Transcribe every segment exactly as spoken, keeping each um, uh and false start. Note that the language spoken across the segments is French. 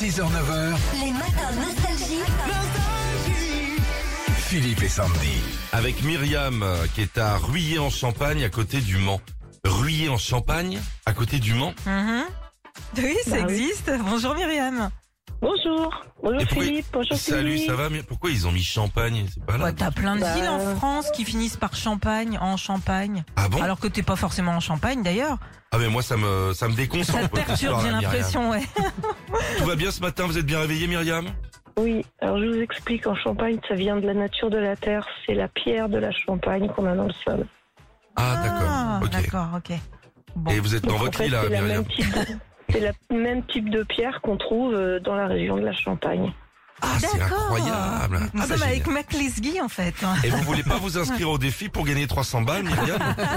six heures neuf heures. Les matins nostalgiques. Philippe et Sandy. Avec Myriam euh, qui est à Ruillé-en-Champagne à côté du Mans. Ruillé-en-Champagne à côté du Mans. Mhm. Oui, ça Bah oui. existe. Bonjour Myriam. Bonjour, bonjour Et pourquoi- Philippe, bonjour Salut, Philippe. ça va? Mais pourquoi ils ont mis Champagne? C'est pas là. Ouais, t'as plein de Bah, villes en France qui finissent par Champagne, en Champagne. Ah bon? Alors que t'es pas forcément en Champagne d'ailleurs. Ah mais moi ça me ça me déconcentre. Ça te votre perturbe, histoire, j'ai là, Myriam. l'impression, ouais. Tout va bien ce matin? Vous êtes bien réveillée, Myriam? Oui, alors je vous explique, en Champagne, ça vient de la nature de la terre, c'est la pierre de la Champagne qu'on a dans le sol. Ah d'accord. Ok. D'accord, ok. Bon. Et vous êtes dans Donc, en votre fait, lit là, c'est la Myriam? même type de- c'est le même type de pierre qu'on trouve euh, dans la région de la Champagne. Ah c'est D'accord. incroyable. Nous Ah, bah, sommes avec génial. Mac Lesguy en fait. Et vous voulez pas vous inscrire au défi pour gagner trois cents balles, Myriam?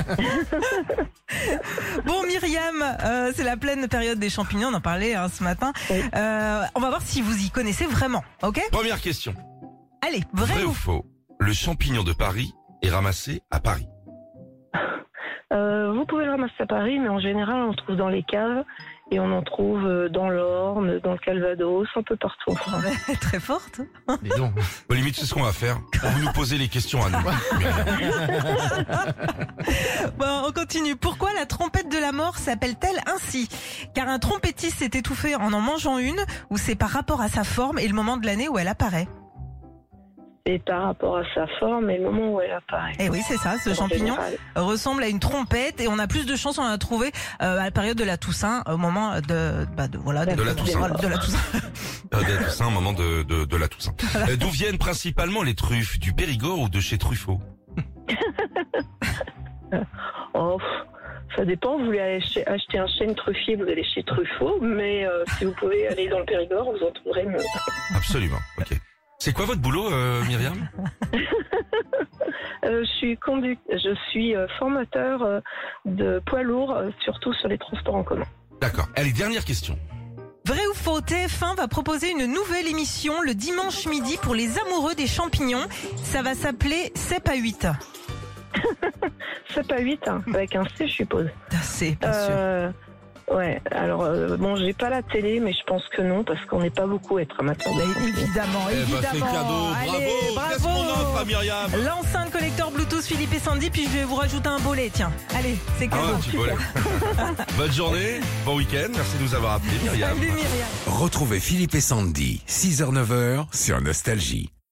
Bon Myriam, euh, c'est la pleine période des champignons, on en parlait hein, ce matin. Oui. Euh, on va voir si vous y connaissez vraiment, ok? Première question. Allez, vrai, Vrai ou ou faux? Le champignon de Paris est ramassé à Paris. Euh, vous pouvez le ramasser à Paris, mais en général, on le trouve dans les caves et on en trouve euh, dans l'Orne, dans le Calvados, un peu partout en France. Très forte. Dis donc. Au limite, c'est ce qu'on va faire. Vous nous posez les questions à nous. Bon, on continue. Pourquoi la trompette de la mort s'appelle-t-elle ainsi? Car un trompettiste s'est étouffé en en mangeant une, ou c'est par rapport à sa forme et le moment de l'année où elle apparaît? Et par rapport à sa forme et le moment où elle apparaît. Eh oui, c'est ça, ce En champignon général. ressemble à une trompette et on a plus de chances en la trouver euh, à la période de la Toussaint, au moment de, bah de voilà, De la Toussaint. voilà, de la Toussaint. Euh, de la Toussaint, au moment de, de, de la Toussaint. Euh, D'où viennent principalement les truffes? Du Périgord ou de chez Truffaut? Oh, pff, ça dépend, vous voulez aller acheter, acheter un chêne truffier, vous allez chez Truffaut, mais euh, si vous pouvez aller dans le Périgord, vous en trouverez mieux. Absolument, ok. C'est quoi votre boulot, euh, Myriam? Euh, je suis conduc, je suis euh, formateur euh, de poids lourds, euh, surtout sur les transports en commun. D'accord. Allez, dernière question. Vrai ou faux, T F un va proposer une nouvelle émission le dimanche midi pour les amoureux des champignons. Ça va s'appeler Cep à huit. C'est pas huit, hein, avec un C, je suppose. C'est bien sûr. Euh, ouais, alors, euh, bon, j'ai pas la télé, mais je pense que non, parce qu'on n'est pas beaucoup à être amateurs de Mais champignons. évidemment, Eh ben, évidemment. c'est cadeau. Allez, Bravo. Qu'est-ce qu'on offre à Myriam? L'enceinte collecteur Bluetooth Philippe et Sandy, puis je vais vous rajouter un bolet, tiens. Allez, c'est Ah, cadeau. un petit volet. Bonne journée, bon week-end. Merci de nous avoir appelés, Myriam. Salut Myriam. Retrouvez Philippe et Sandy, six heures neuf heures sur Nostalgie.